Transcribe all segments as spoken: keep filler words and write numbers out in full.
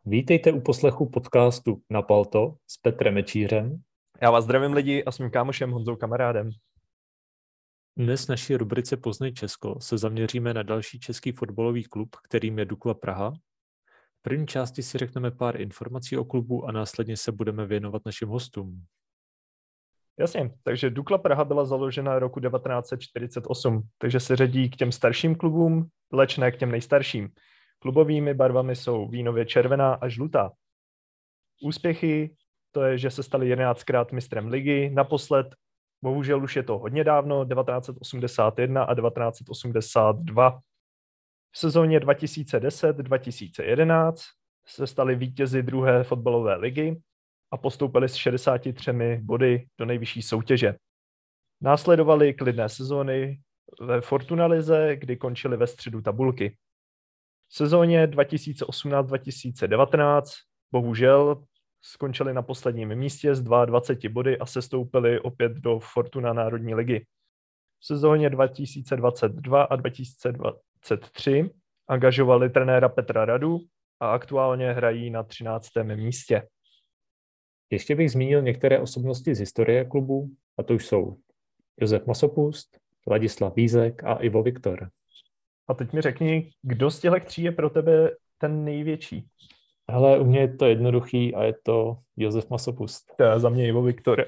Vítejte u poslechu podcastu Na Palto s Petrem Mečířem. Já vás zdravím lidi a s mým kámošem Honzou Kamarádem. Dnes v naší rubrice Poznej Česko se zaměříme na další český fotbalový klub, kterým je Dukla Praha. V první části si řekneme pár informací o klubu a následně se budeme věnovat našim hostům. Jasně, takže Dukla Praha byla založena roku devatenáct set čtyřicet osm, takže se řadí k těm starším klubům, leč ne k těm nejstarším. Klubovými barvami jsou vínově červená a žlutá. Úspěchy, to je, že se stali jedenáctkrát mistrem ligy, naposled, bohužel už je to hodně dávno, devatenáct set osmdesát jedna a devatenáct set osmdesát dva. V sezóně dva tisíce deset dva tisíce jedenáct se stali vítězi druhé fotbalové ligy a postoupili s šedesáti třemi body do nejvyšší soutěže. Následovaly klidné sezóny ve Fortuna lize, kdy končili ve středu tabulky. V sezóně dva tisíce osmnáct dva tisíce devatenáct bohužel skončili na posledním místě s dvaceti dvěma body a sestoupili opět do Fortuna národní ligy. V sezóně dva tisíce dvacet dva a dva tisíce dvacet tři angažovali trenéra Petra Radu a aktuálně hrají na třináctém místě. Ještě bych zmínil některé osobnosti z historie klubu, a to už jsou Josef Masopust, Ladislav Vízek a Ivo Viktor. A teď mi řekni, kdo z těchto tří je pro tebe ten největší? Hele, u mě je to jednoduchý a je to Josef Masopust. To je za mě Ivo Viktor.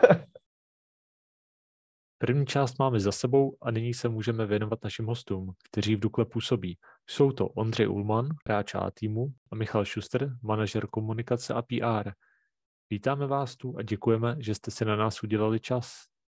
První část máme za sebou a nyní se můžeme věnovat našim hostům, kteří v Dukle působí. Jsou to Ondřej Ullmann, hráč A týmu, a Michal Schuster, manažer komunikace a P R. Vítáme vás tu a děkujeme, že jste si na nás udělali čas.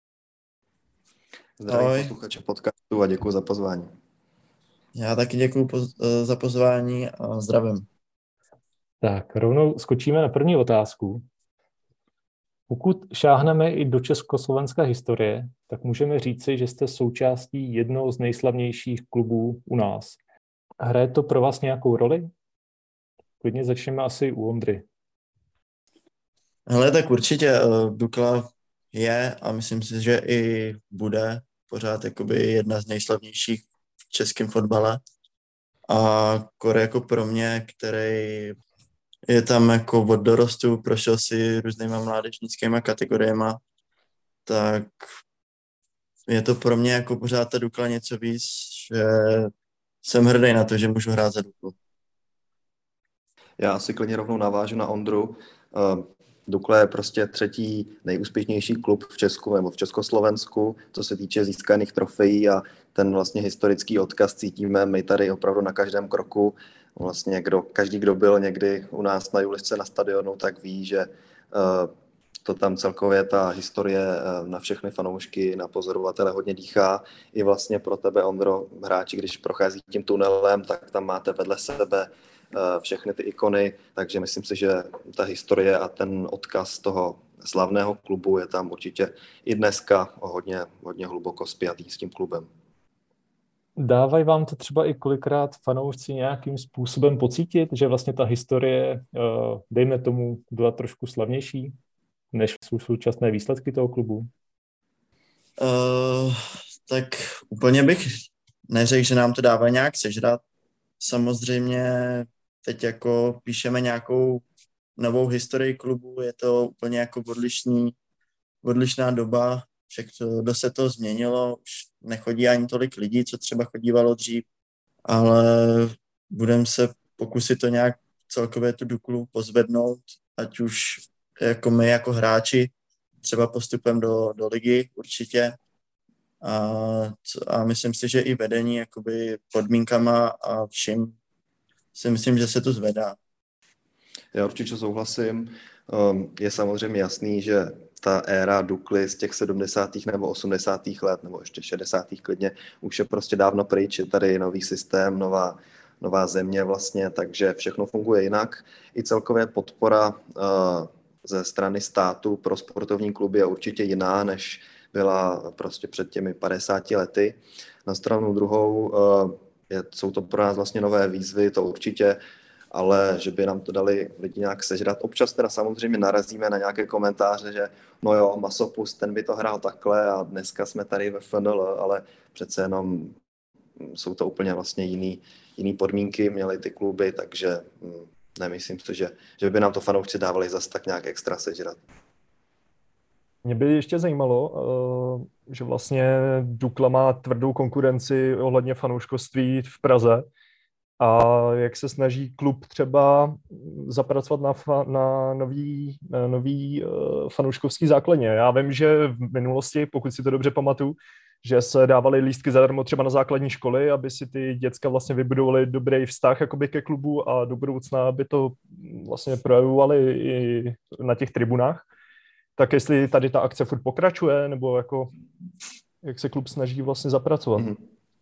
Zdravím posluchače podcastu a děkuji za pozvání. Já taky děkuji poz- za pozvání a zdravím. Tak, rovnou skočíme na první otázku. Pokud šáhneme i do československé historie, tak můžeme říci, že jste součástí jednoho z nejslavnějších klubů u nás. Hraje to pro vás nějakou roli? Klidně začneme asi u Ondry. Hele, tak určitě uh, Dukla je a myslím si, že i bude pořád jakoby jedna z nejslavnějších v českém fotbale. A kore jako pro mě, který je tam jako od dorostu, prošel si různýma mládežnickýma kategoriema, tak je to pro mě jako pořád ta Dukla něco víc, že jsem hrdý na to, že můžu hrát za Duklu. Já asi klidně rovnou navážu na Ondru. Dukla je prostě třetí nejúspěšnější klub v Česku nebo v Československu, co se týče získaných trofejí, a ten vlastně historický odkaz cítíme my tady opravdu na každém kroku. Vlastně kdo, každý, kdo byl někdy u nás na Julisce na stadionu, tak ví, že uh, to tam celkově ta historie uh, na všechny fanoušky, na pozorovatele hodně dýchá. I vlastně pro tebe, Ondro, hráči, když prochází tím tunelem, tak tam máte vedle sebe uh, všechny ty ikony, takže myslím si, že ta historie a ten odkaz toho slavného klubu je tam určitě i dneska hodně, hodně hluboko spjatý s tím klubem. Dávají vám to třeba i kolikrát fanoušci nějakým způsobem pocítit, že vlastně ta historie, dejme tomu, byla trošku slavnější, než jsou současné výsledky toho klubu? Uh, tak úplně bych neřekl, že nám to dává nějak sežrat. Samozřejmě teď jako píšeme nějakou novou historii klubu, je to úplně jako odlišný, odlišná doba, všechno se to změnilo, už nechodí ani tolik lidí, co třeba chodívalo dřív, ale budeme se pokusit to nějak celkově tu Duklu pozvednout, ať už jako my jako hráči, třeba postupem do, do ligy určitě. A, a myslím si, že i vedení jakoby podmínkama a vším si myslím, že se to zvedá. Já určitě souhlasím. Je samozřejmě jasný, že ta éra Dukly z těch sedmdesátých nebo osmdesátých let, nebo ještě šedesátých klidně, už je prostě dávno pryč, je tady nový systém, nová, nová země vlastně, takže všechno funguje jinak. I celkově podpora uh, ze strany státu pro sportovní kluby je určitě jiná, než byla prostě před těmi padesáti lety. Na stranu druhou uh, je, jsou to pro nás vlastně nové výzvy, to určitě, ale že by nám to dali lidi nějak sežrat. Občas teda samozřejmě narazíme na nějaké komentáře, že no jo, Masopust, ten by to hrál takhle a dneska jsme tady ve F N L, ale přece jenom jsou to úplně vlastně jiný, jiný podmínky, měly ty kluby, takže nemyslím si, že, že by nám to fanoušci dávali zas tak nějak extra sežrat. Mě by ještě zajímalo, že vlastně Dukla má tvrdou konkurenci ohledně fanouškovství v Praze a jak se snaží klub třeba zapracovat na, fa, na nový, na nový fanouškovský základně. Já vím, že v minulosti, pokud si to dobře pamatuju, že se dávaly lístky zadarmo třeba na základní školy, aby si ty děcka vlastně vybudovali dobrý vztah jakoby ke klubu a do budoucna, aby to vlastně projevovali i na těch tribunách. Tak jestli tady ta akce furt pokračuje, nebo jako, jak se klub snaží vlastně zapracovat? Mm-hmm.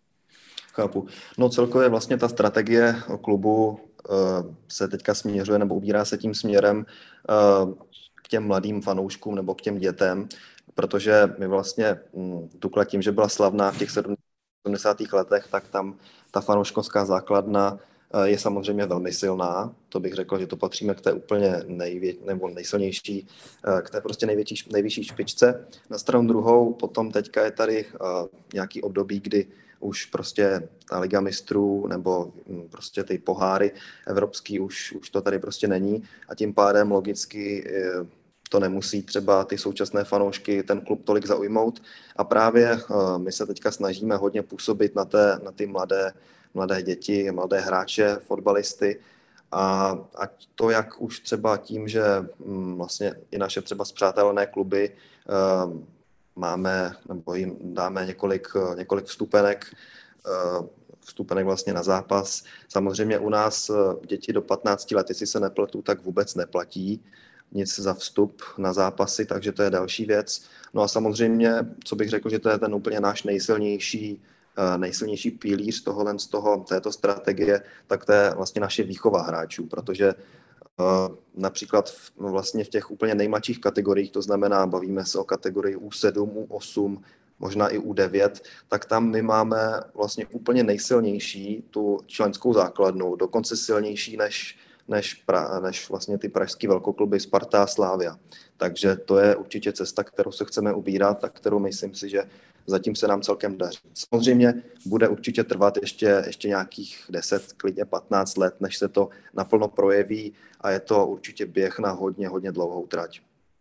Chápu. No celkově vlastně ta strategie klubu uh, se teďka směřuje, nebo ubírá se tím směrem uh, k těm mladým fanouškům nebo k těm dětem, protože my vlastně um, Dukla tím, že byla slavná v těch sedmdesátých letech, tak tam ta fanouškovská základna je samozřejmě velmi silná. To bych řekl, že to patříme k té úplně nejvě, nebo nejsilnější, k té prostě největší, nejvyšší špičce. Na stranu druhou potom teďka je tady nějaký období, kdy už prostě ta Liga mistrů nebo prostě ty poháry evropský už, už to tady prostě není a tím pádem logicky to nemusí třeba ty současné fanoušky ten klub tolik zaujmout a právě my se teďka snažíme hodně působit na, té, na ty mladé mladé děti, mladé hráče, fotbalisty a, a to, jak už třeba tím, že m, vlastně i naše třeba spřátelené kluby uh, máme, nebo jim dáme několik, několik vstupenek, uh, vstupenek vlastně na zápas. Samozřejmě u nás děti do patnácti let, jestli se nepletu, tak vůbec neplatí nic za vstup na zápasy, takže to je další věc. No a samozřejmě, co bych řekl, že to je ten úplně náš nejsilnější nejsilnější pilíř tohohle z toho, této strategie, tak to je vlastně naše výchova hráčů, protože uh, například v, vlastně v těch úplně nejmladších kategoriích, to znamená, bavíme se o kategorii U sedm, U osm, možná i U devět, tak tam my máme vlastně úplně nejsilnější tu členskou základnu, dokonce silnější než, než, pra, než vlastně ty pražský velkokluby Sparta a Slavia. Takže to je určitě cesta, kterou se chceme ubírat a kterou myslím si, že zatím se nám celkem daří. Samozřejmě bude určitě trvat ještě, ještě nějakých deset, klidně patnáct let, než se to naplno projeví a je to určitě běh na hodně, hodně dlouhou trať.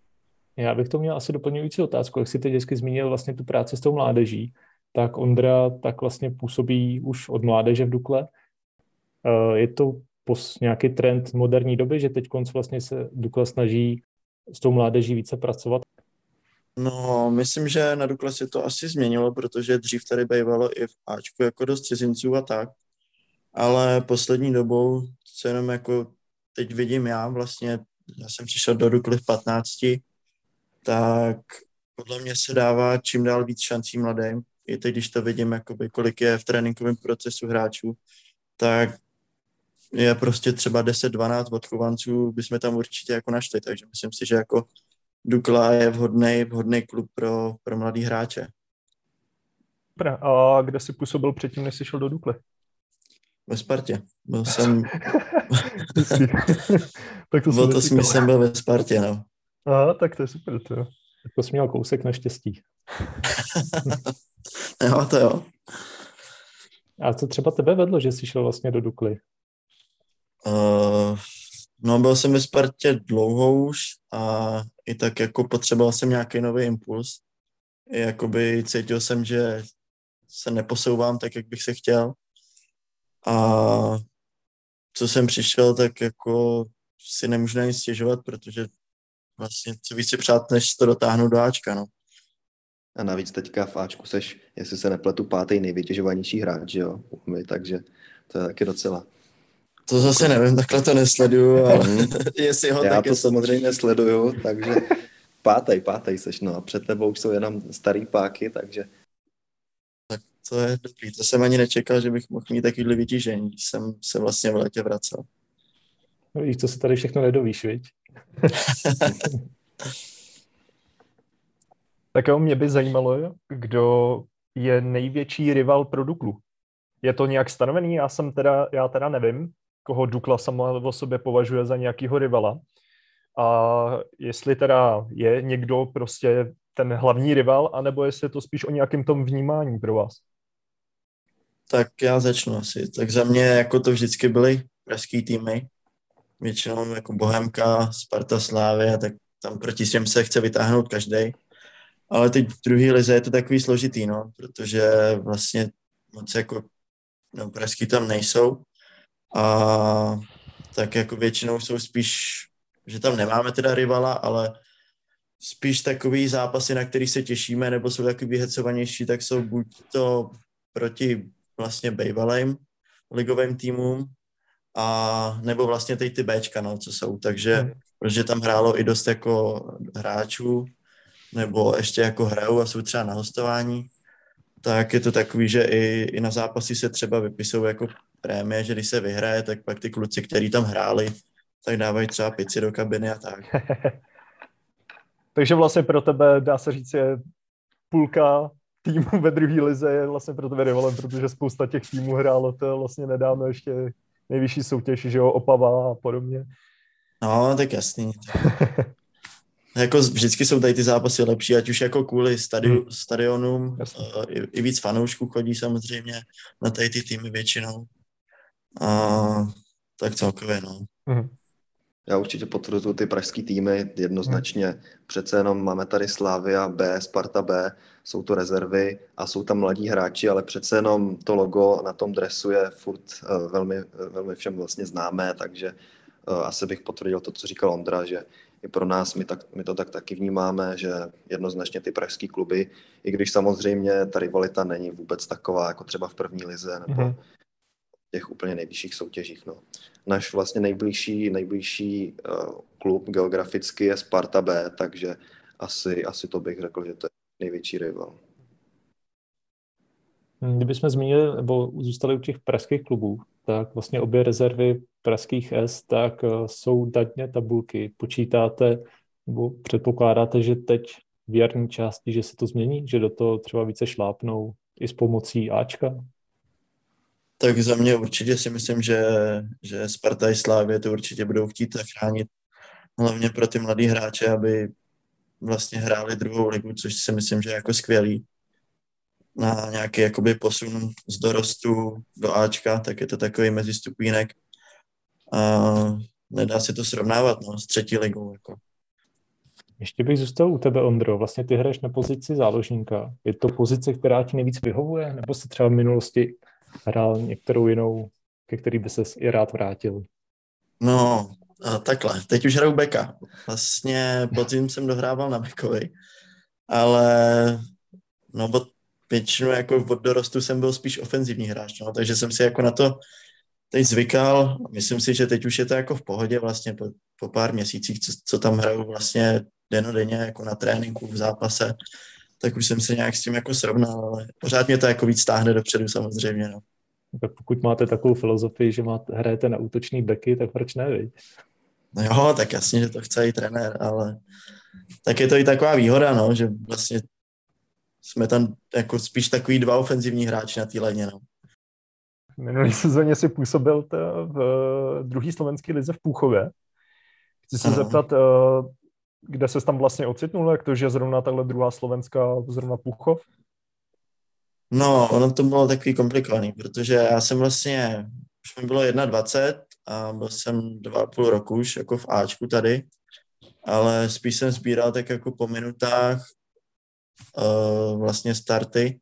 Já bych to měl asi doplňující otázku. Jak jsi teď vždycky zmínil vlastně tu práci s tou mládeží, tak Ondra tak vlastně působí už od mládeže v Dukle. Je to nějaký trend moderní doby, že teď konc vlastně se Dukla snaží s tou mládeží více pracovat? No, myslím, že na Dukle se to asi změnilo, protože dřív tady bývalo i v Ačku jako dost cizinců a tak, ale poslední dobou, co jenom jako teď vidím já, vlastně, já jsem přišel do Dukly v patnácti, tak podle mě se dává čím dál víc šancí mladým. I teď, když to vidím, jakoby, kolik je v tréninkovém procesu hráčů, tak je prostě třeba deset dvanáct odchovanců, bychom tam určitě jako našli, takže myslím si, že jako Dukla je vhodný, vhodný klub pro, pro mladý hráče. Dobrá, a kde jsi působil předtím, než jsi šel do Dukly? Ve Spartě. Byl jsem... tak to byl to jsem, jsem byl ve Spartě, no. Aha, tak to je super, to jo. To jsi měl kousek naštěstí. Jo, to jo. A co třeba tebe vedlo, že jsi šel vlastně do Dukly? Uh, no, byl jsem ve Spartě dlouho už a i tak jako potřeboval jsem nějaký nový impuls. I jakoby cítil jsem, že se neposouvám tak, jak bych se chtěl. A co jsem přišel, tak jako si nemůžu na nic stěžovat, protože vlastně co víc si přát, než to dotáhnu do Ačka, no. A navíc teďka v Ačku seš, jestli se nepletu, pátý nejvytěžovanější hráč, že jo, takže to je taky docela. To zase nevím, takhle to nesleduju, ale jestli ho já taky... to samozřejmě sleduju, takže pátej, pátej seš, no a před tebou už jsou jenom starý páky, takže... Tak to je dobrý, to jsem ani nečekal, že bych mohl mít takovýhle vytížení, když jsem se vlastně v létě vracel. No, víš, co se tady všechno nedovíš, viď? Tak jo, mě by zajímalo, kdo je největší rival pro Duklu. Je to nějak stanovený? Já jsem teda, já teda nevím, koho Dukla sama o sobě považuje za nějakýho rivala. A jestli teda je někdo prostě ten hlavní rival, anebo jestli je to spíš o nějakém tom vnímání pro vás? Tak já začnu asi. Tak za mě jako to vždycky byly pražský týmy. většinou jako Bohemka, Sparta, Slávia, tak tam proti těm se chce vytáhnout každý. Ale teď v druhé lize je to takový složitý, no, protože vlastně moc jako no, pražský tam nejsou a tak jako většinou jsou spíš, že tam nemáme teda rivala, ale spíš takový zápasy, na který se těšíme, nebo jsou takový vyhecovanější, tak jsou buď to proti vlastně bývalým ligovým týmům, a nebo vlastně teď ty Bčka, no, co jsou, takže hmm. protože tam hrálo i dost jako hráčů, nebo ještě jako hrajou a jsou třeba na hostování, tak je to takový, že i, i na zápasy se třeba vypisují jako prémie, že když se vyhraje, tak pak ty kluci, kteří tam hráli, tak dávají třeba pici do kabiny a tak. Takže vlastně pro tebe, dá se říct, je půlka týmu ve druhé lize je vlastně pro tebe rivalem, protože spousta těch týmů hrálo to vlastně nedávno ještě nejvyšší soutěž, že jo, Opava a podobně. No, tak jasný. Jako vždycky jsou tady ty zápasy lepší, ať už jako kvůli stadiu, hmm. stadionům, uh, i, i víc fanoušků chodí samozřejmě na tady ty týmy většinou. A tak celkově, no. Hmm. Já určitě potvrzuji ty pražský týmy jednoznačně. Hmm. Přece jenom máme tady Slavia B, Sparta B, jsou to rezervy a jsou tam mladí hráči, ale přece jenom to logo na tom dresu je furt uh, velmi, velmi všem vlastně známé, takže uh, asi bych potvrdil to, co říkal Ondra, že i pro nás, my, tak, my to tak taky vnímáme, že jednoznačně ty pražský kluby, i když samozřejmě ta rivalita není vůbec taková, jako třeba v první lize nebo mm-hmm. těch úplně nejvyšších soutěžích. No. Náš vlastně nejbližší, nejbližší uh, klub geograficky je Sparta B, takže asi, asi to bych řekl, že to je největší rival. Kdybychom zmínili, nebo zůstali u těch pražských klubů, tak vlastně obě rezervy pražských S, tak jsou datně tabulky. Počítáte, nebo předpokládáte, že teď v jarní části, že se to změní, že do toho třeba více šlápnou i s pomocí Ačka? Tak za mě určitě si myslím, že, že Sparta i Slavie to určitě budou chtít zachránit. Hlavně pro ty mladý hráče, aby vlastně hráli druhou ligu, což si myslím, že je jako skvělý. Na nějaký jakoby posun z dorostu do Ačka, tak je to takový mezistupínek. A nedá se to srovnávat no, s třetí ligou. Jako. Ještě bych zůstal u tebe, Ondro. Vlastně ty hraješ na pozici záložníka. Je to pozice, která ti nejvíc vyhovuje? Nebo jsi třeba v minulosti hrál některou jinou, ke který by ses i rád vrátil? No, takhle. Teď už hraju beka. Vlastně podzim jsem dohrával na bekovi, ale no, od většinu jako od dorostu jsem byl spíš ofenzivní hráč, no, takže jsem si jako na to teď zvykal. Myslím si, že teď už je to jako v pohodě vlastně po, po pár měsících, co, co tam hraju vlastně denodenně jako na tréninku, v zápase, tak už jsem se nějak s tím jako srovnal, ale pořád mě to jako víc táhne dopředu samozřejmě, no. Tak pokud máte takovou filozofii, že máte, hrajete na útočný beky, tak proč ne, viď? No jo, tak jasně, že to chce i trenér, ale tak je to i taková výhoda, no, že vlastně jsme tam jako spíš takový dva ofenzivní hráči na té léně, no. V minulé sezóně si působil v druhé slovenské lize v Púchově. Chci se ano. zeptat, kde ses tam vlastně ocitnul, jak to, že zrovna takhle druhá Slovenska, zrovna Púchov? No, ono to bylo takový komplikovaný, protože já jsem vlastně, už mi bylo dvacet jedna a byl jsem dva a půl roku už jako v Ačku tady, ale spíš jsem sbíral tak jako po minutách uh, vlastně starty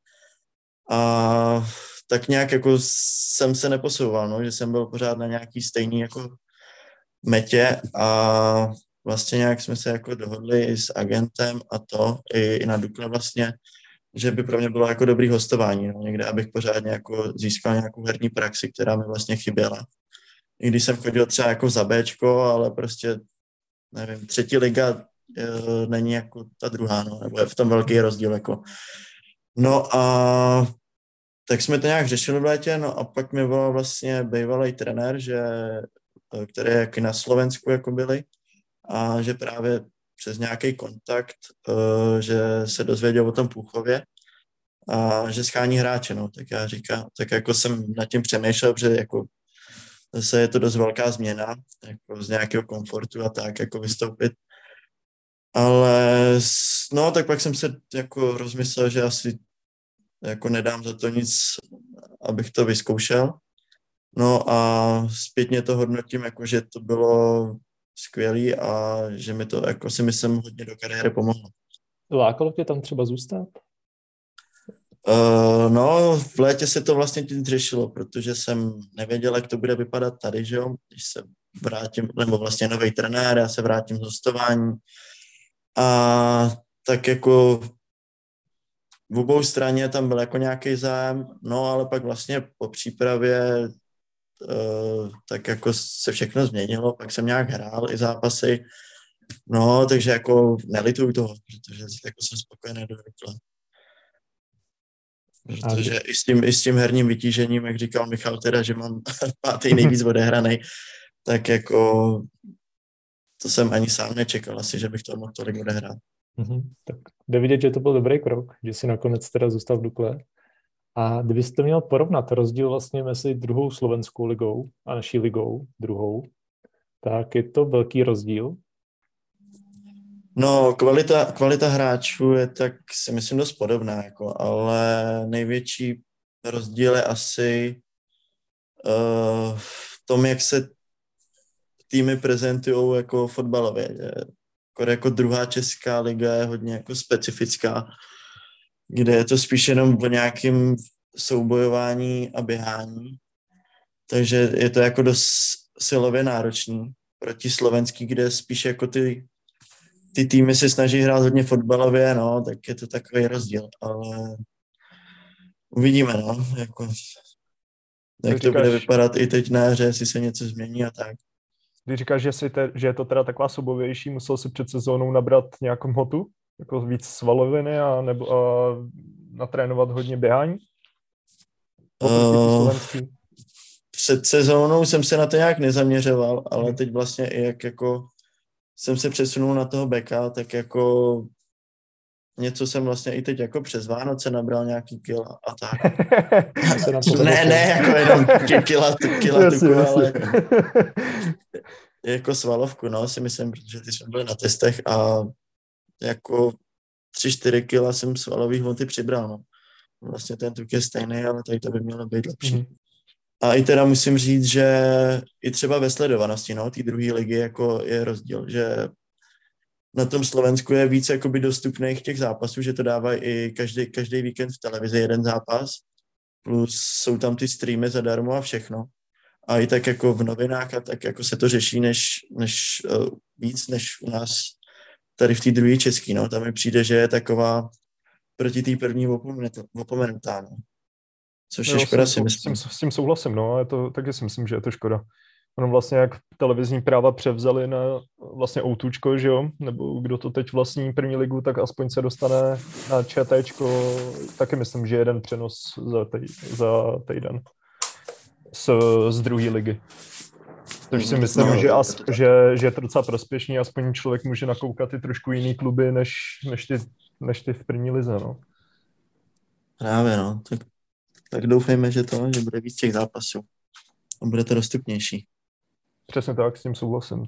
a tak nějak jako jsem se neposouval, no, že jsem byl pořád na nějaký stejný jako metě a vlastně nějak jsme se jako dohodli i s agentem a to, i, i na Dukle vlastně, že by pro mě bylo jako dobrý hostování, no, někde, abych pořádně jako získal nějakou herní praxi, která mi vlastně chyběla. I když jsem chodil třeba jako za Bčko, ale prostě, nevím, třetí liga e, není jako ta druhá, no, nebo je v tom velký rozdíl, jako. No a tak jsme to nějak řešili v létě, no a pak mi volal vlastně bývalý trenér, že, který jak na Slovensku jako byli, a že právě přes nějaký kontakt, uh, že se dozvěděl o tom Púchově a že schání hráče, no, tak já říkám, tak jako jsem nad tím přemýšlel, že jako zase je to dost velká změna, jako z nějakého komfortu a tak, jako vystoupit. Ale no, tak pak jsem se jako rozmyslel, že asi jako nedám za to nic, abych to vyzkoušel. No a zpětně to hodnotím, jako že to bylo skvělý a že mi to, jako si myslím, hodně do kariéry pomohlo. Lákalo tě tam třeba zůstat? Uh, no, v létě se to vlastně tím řešilo, protože jsem nevěděl, jak to bude vypadat tady, že jo, když se vrátím, nebo vlastně nový trenér, já se vrátím z hostování a tak jako v obou straně tam byl jako nějaký zájem, no ale pak vlastně po přípravě uh, tak jako se všechno změnilo, pak jsem nějak hrál i zápasy, no takže jako nelituju toho, protože jako jsem spokojený do Dukly. Protože i s, tím, i s tím herním vytížením, jak říkal Michal teda, že mám pátý nejvíc odehranej, tak jako to jsem ani sám nečekal asi, že bych to mohl tolik odehrát. Mm-hmm. Tak jde vidět, že to byl dobrý krok, že si nakonec teda zůstal v Dukle. A kdybyste měl porovnat rozdíl vlastně mezi druhou slovenskou ligou a naší ligou, druhou, tak je to velký rozdíl? No, kvalita, kvalita hráčů je tak si myslím dost podobná, jako, ale největší rozdíl je asi uh, v tom, jak se týmy prezentují jako fotbalově. Jako, jako druhá česká liga je hodně jako specifická, kde je to spíš jenom o nějakém soubojování a běhání. Takže je to jako dost silově náročný proti slovenský, kde spíš jako ty ty týmy se snaží hrát hodně fotbalově, no, tak je to takový rozdíl, ale uvidíme, no, jako, jak to, to říkáš, bude vypadat i teď na hře, jestli se něco změní a tak. Když říkáš, že, si te, že je to teda taková soubovější, musel si před sezónou nabrat nějakou hmotu, jako víc svaloviny a, nebo, a natrénovat hodně běhání? Uh, před sezónou jsem se na to nějak nezaměřoval, ale hmm. teď vlastně i jak jako jsem se přesunul na toho beka, tak jako něco jsem vlastně i teď jako přes Vánoce nabral nějaký kila a tak. ne, ne, jako jenom kila, kila tuku, ale jako svalovku, no, si myslím, protože ty jsme byli na testech a jako tři čtyři kila jsem svalový hmoty přibral, no. Vlastně ten tuk je stejný, ale tady to by mělo být lepší. Mm. A i teda musím říct, že i třeba ve sledovanosti, no, té druhé ligy jako je rozdíl, že na tom Slovensku je víc jakoby dostupných těch zápasů, že to dávají i každý, každý víkend v televizi jeden zápas, plus jsou tam ty streamy zadarmo a všechno. A i tak jako v novinách a tak jako se to řeší než, než uh, víc než u nás tady v té druhé české, no. Tam mi přijde, že je taková proti té první opomenutá, no. Což je no, škoda, si myslím. S tím, s tím souhlasím, no, je to, taky si myslím, že je to škoda. Ono vlastně jak televizní práva převzali na vlastně Outučko, že jo, nebo kdo to teď vlastní první ligu, tak aspoň se dostane na ČTčko, taky myslím, že jeden přenos za, tej, za týden z, z druhé ligy. Takže si myslím, no, že, as, že, že je to docela prospěšný, aspoň člověk může nakoukat i trošku jiný kluby, než, než, ty, než ty v první lize, no. Právě, no, tak, tak doufejme, že to, že bude víc těch zápasů a bude to dostupnější. Přesně tak, s tím souhlasím.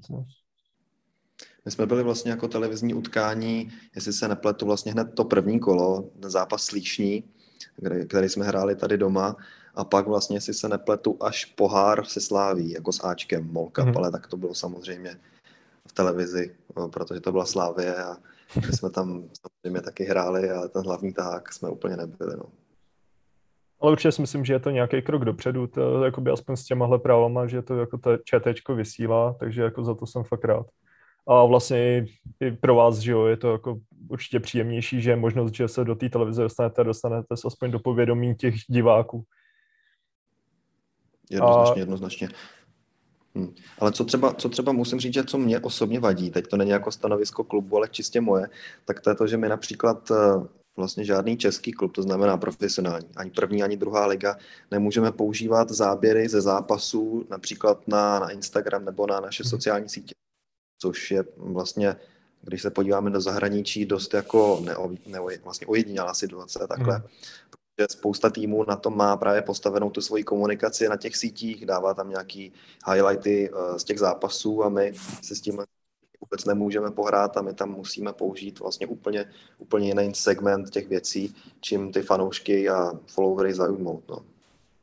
My jsme byli vlastně jako televizní utkání, jestli se nepletu, vlastně hned to první kolo, zápas Slíšní, který jsme hráli tady doma, a pak vlastně, jestli se nepletu, až pohár se Sláví, jako s Ačkem, Molka, mm-hmm. ale tak to bylo samozřejmě v televizi, protože to byla Slávie a my jsme tam samozřejmě taky hráli, ale ten hlavní tahák jsme úplně nebyli, no. Ale určitě si myslím, že je to nějaký krok dopředu, to, jakoby aspoň s těmahle právama, že to jako ČTčko vysílá, takže jako za to jsem fakt rád. A vlastně i, i pro vás, že jo, je to jako určitě příjemnější, že je možnost, že se do té televize dostanete a dostanete se aspoň do povědomí těch diváků. Jednoznačně, a... jednoznačně. Hm. Ale co třeba, co třeba musím říct, že co mě osobně vadí, teď to není jako stanovisko klubu, ale čistě moje, tak to je to, že my například vlastně žádný český klub, to znamená profesionální, ani první, ani druhá liga, nemůžeme používat záběry ze zápasů například na, na Instagram nebo na naše sociální sítě, což je vlastně, když se podíváme do zahraničí, dost jako neo, neo, vlastně ojedinělá situace takhle. Hmm. Protože spousta týmů na tom má právě postavenou tu svoji komunikaci na těch sítích, dává tam nějaký highlighty z těch zápasů a my se s tím vůbec nemůžeme pohrát a my tam musíme použít vlastně úplně, úplně jiný segment těch věcí, čím ty fanoušky a followery zaujmou. No.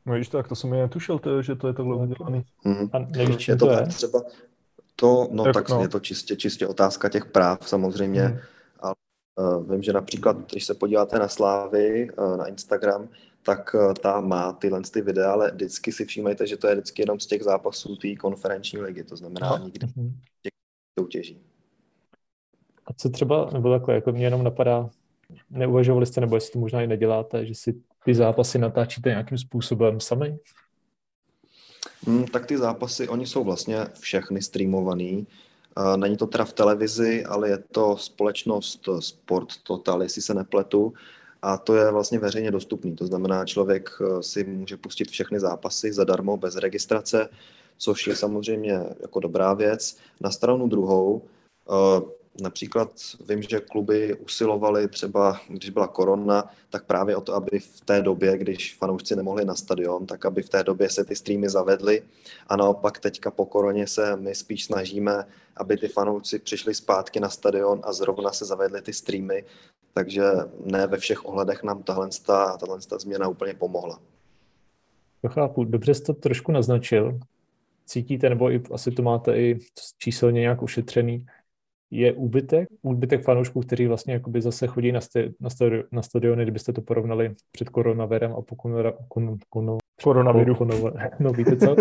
No víš, tak to jsem je netušil, to, že to je takhle udělaný. Hmm. A nevíš, čím Je to to tak je? třeba, to, no Tak, tak no. je to čistě, čistě otázka těch práv samozřejmě, Hmm. ale uh, vím, že například, když se podíváte na Slávy, uh, na Instagram, tak uh, ta má tyhle ty videa, ale vždycky si všímejte, že to je vždycky jenom z těch zápasů té konferenční ligy, to znamená Aha. nikdy Mhm. těch soutěží. A co třeba, nebo takhle, jako mě jenom napadá, neuvažovali jste, nebo jestli to možná i neděláte, že si ty zápasy natáčíte nějakým způsobem sami? Hmm, tak ty zápasy, oni jsou vlastně všechny streamovaný. Uh, není to teda v televizi, ale je to společnost Sport Total, jestli se nepletu. A to je vlastně veřejně dostupný. To znamená, člověk si může pustit všechny zápasy zadarmo, bez registrace, což je samozřejmě jako dobrá věc. Na stranu druhou, například vím, že kluby usilovaly třeba, když byla korona, tak právě o to, aby v té době, když fanoušci nemohli na stadion, tak aby v té době se ty streamy zavedly. A naopak teďka po koroně se my spíš snažíme, aby ty fanoušci přišli zpátky na stadion a zrovna se zavedly ty streamy. Takže ne ve všech ohledech nám tahle, tahle změna úplně pomohla. To chápu. Dobře jste to trošku naznačil. Cítíte, nebo i, asi to máte i číselně nějak ušetřený, je úbytek, úbytek fanoušků, kteří vlastně jakoby zase chodí na, sti, na, stadiony, na stadiony, kdybyste to porovnali před koronavirem a po konora, kon, kon, Koronaviru. Po, kon, no víte co?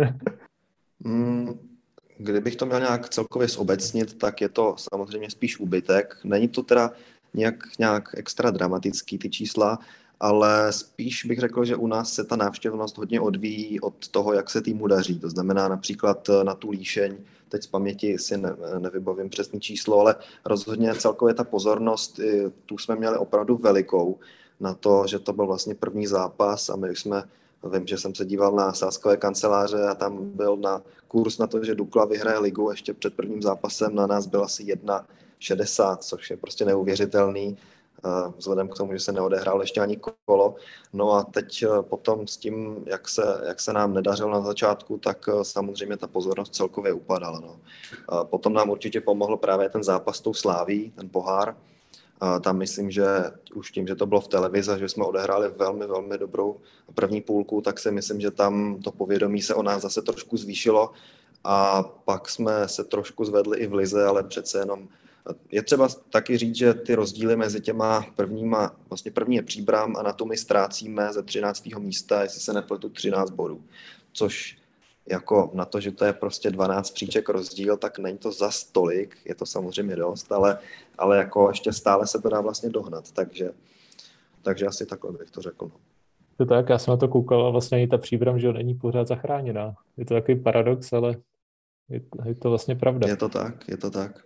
Kdybych to měl nějak celkově zobecnit, tak je to samozřejmě spíš úbytek. Není to teda nějak, nějak extra dramatický ty čísla, ale spíš bych řekl, že u nás se ta návštěvnost hodně odvíjí od toho, jak se týmu daří. To znamená například na tu Líšeň, teď z paměti si ne, nevybavím přesné číslo, ale rozhodně celkově ta pozornost, tu jsme měli opravdu velikou na to, že to byl vlastně první zápas a my jsme, vím, že jsem se díval na sázkové kanceláře a tam byl na kurz na to, že Dukla vyhraje ligu, ještě před prvním zápasem na nás byl asi jedna šedesát, což je prostě neuvěřitelný, vzhledem k tomu, že se neodehrálo ještě ani kolo. No a teď potom s tím, jak se, jak se nám nedařilo na začátku, tak samozřejmě ta pozornost celkově upadala. No. Potom nám určitě pomohl právě ten zápas s tou Sláví, ten pohár. Tam myslím, že už tím, že to bylo v televizi, že jsme odehráli velmi, velmi dobrou první půlku, tak si myslím, že tam to povědomí se o nás zase trošku zvýšilo a pak jsme se trošku zvedli i v lize, ale přece jenom je třeba taky říct, že ty rozdíly mezi těma prvníma, vlastně první je Příbram a na to my ztrácíme ze třináctého místa, jestli se nepletu, třináct bodů, což jako na to, že to je prostě dvanáct příček rozdíl, tak není to za tolik, je to samozřejmě dost, ale, ale jako ještě stále se to dá vlastně dohnat, takže, takže asi takhle bych to řekl. To tak, já jsem na to koukal a vlastně i ta Příbram, že není pořád zachráněná. Je to takový paradox, ale je, je to vlastně pravda. Je to tak, je to tak.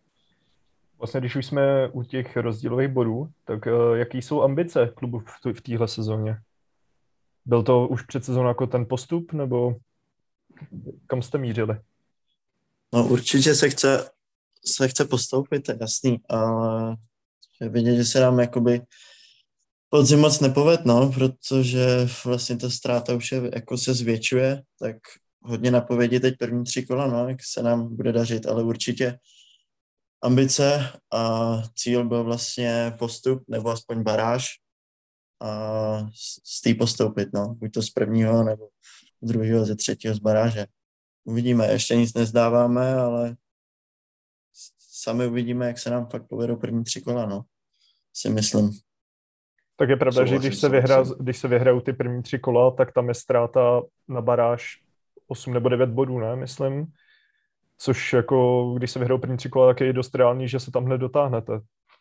Vlastně, když už jsme u těch rozdílových bodů, tak uh, jaký jsou ambice klubu v, v téhle sezóně? Byl to už před sezónou jako ten postup, nebo kam jste mířili? No určitě se chce, se chce postoupit, to je jasný, ale je vidět, že se nám jakoby podzim moc nepoved, no, protože vlastně ta ztráta už je, jako se zvětšuje, tak hodně napovědí teď první tři kola, no, jak se nám bude dařit, ale určitě ambice a cíl byl vlastně postup, nebo aspoň baráž a z té postoupit, no, buď to z prvního, nebo z druhého, ze třetího z baráže. Uvidíme, ještě nic nezdáváme, ale sami uvidíme, jak se nám fakt povedou první tři kola, no, si myslím. Tak je pravda, že když se, vyhra, když se vyhrajou ty první tři kola, tak tam je ztráta na baráž osm nebo devět bodů, ne, myslím. Což jako, když se vyhrajou první tři kola, tak je dost reálný, že se tam hned dotáhnete.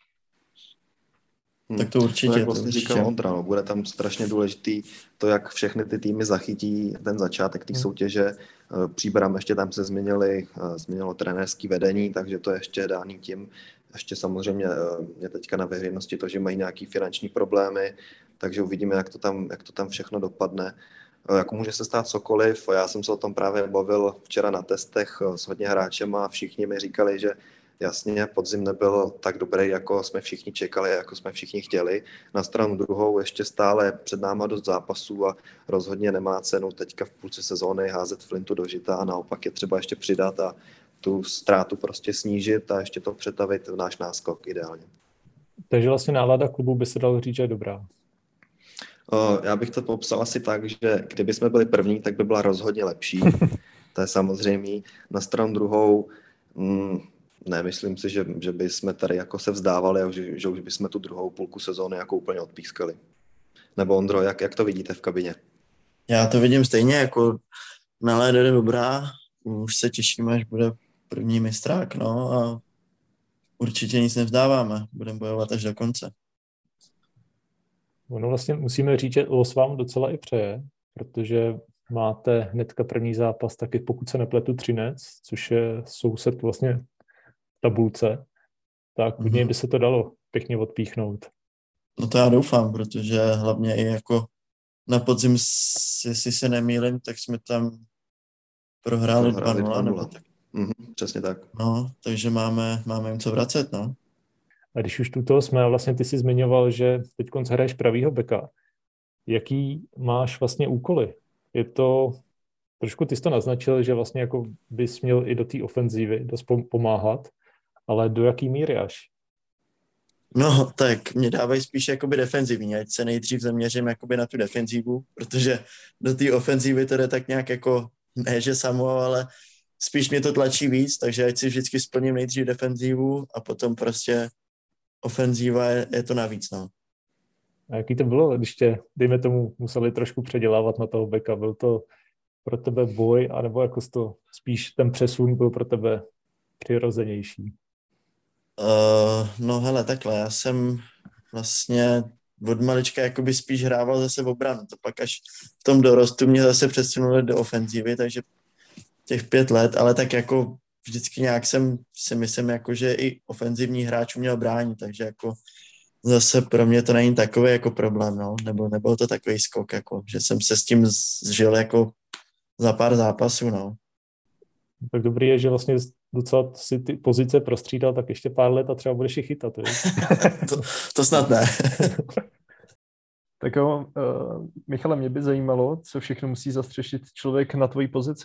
Hmm. Tak to určitě. To jak vlastně to určitě. říkal Ondra, no, bude tam strašně důležitý to, jak všechny ty týmy zachytí ten začátek té hmm. soutěže. Příbram ještě tam se změnili, změnilo trenérský vedení, takže to je ještě dání tím. Ještě samozřejmě je teďka na veřejnosti to, že mají nějaký finanční problémy, takže uvidíme, jak to tam, jak to tam všechno dopadne. Jako může se stát cokoliv, já jsem se o tom právě bavil včera na testech s hodně hráčem a všichni mi říkali, že jasně, podzim nebyl tak dobrý, jako jsme všichni čekali, jako jsme všichni chtěli. Na stranu druhou ještě stále před náma dost zápasů a rozhodně nemá cenu teďka v půlce sezóny házet flintu do žita a naopak je třeba ještě přidat a tu ztrátu prostě snížit a ještě to přetavit v náš náskok ideálně. Takže vlastně nálada klubu by se dalo říct, že je dobrá. O, já bych to popsal asi tak, že kdyby jsme byli první, tak by byla rozhodně lepší. To je samozřejmě. Na stranu druhou, mm, nemyslím si, že, že by jsme tady jako se vzdávali a že, že už bychom tu druhou půlku sezóny jako úplně odpískali. Nebo Ondro, jak, jak to vidíte v kabině? Já to vidím stejně, jako nálada je dobrá, už se těšíme, až bude první mistrák, no a určitě nic nevzdáváme, budeme bojovat až do konce. Ono vlastně musíme říct, že los vám docela i přeje, protože máte hnedka první zápas taky, pokud se nepletu, Třinec, což je soused vlastně v tabulce, tak hodně Mm-hmm. by se to dalo pěkně odpíchnout. No to já doufám, protože hlavně i jako na podzim, jestli se nemýlim, tak jsme tam prohráli dva nula, nebo tak. Mm-hmm, přesně tak. No, takže máme, máme jim co vracet, no. A když už tuto jsme, vlastně ty jsi zmiňoval, že teď hraješ pravýho beka. Jaký máš vlastně úkoly? Je to, trošku ty jsi to naznačil, že vlastně jako bys měl i do té ofenzívy dost pomáhat, ale do jaký míry až? No, tak mě dávají spíš jakoby defenzivní, ať se nejdřív zaměřím jakoby na tu defenzivu, protože do té ofenzívy to jde tak nějak jako, ne že samo, ale spíš mě to tlačí víc, takže ať si vždycky splním nejdřív defenzivu a potom prostě ofenzíva je, je to navíc, no. A jaký to bylo, když tě, dejme tomu, museli trošku předělávat na toho beka? Byl to pro tebe boj, anebo jako to spíš ten přesun byl pro tebe přirozenější? Uh, no hele, takhle, já jsem vlastně od malička jakoby spíš hrával zase v obranu, to pak až v tom dorostu mě zase přesunuli do ofenzívy, takže těch pět let, ale tak jako vždycky nějak jsem si myslím, jako, že i ofenzivní hráč uměl bránit, takže jako zase pro mě to není takový jako problém, no, nebo nebyl to takový skok, jako, že jsem se s tím zžil jako za pár zápasů, no. Tak dobrý je, že vlastně docela si ty pozice prostřídal, tak ještě pár let a třeba budeš i chytat. to, to snad ne. Tak jo, uh, Michale, mě by zajímalo, co všechno musí zastřešit člověk na tvojí pozici.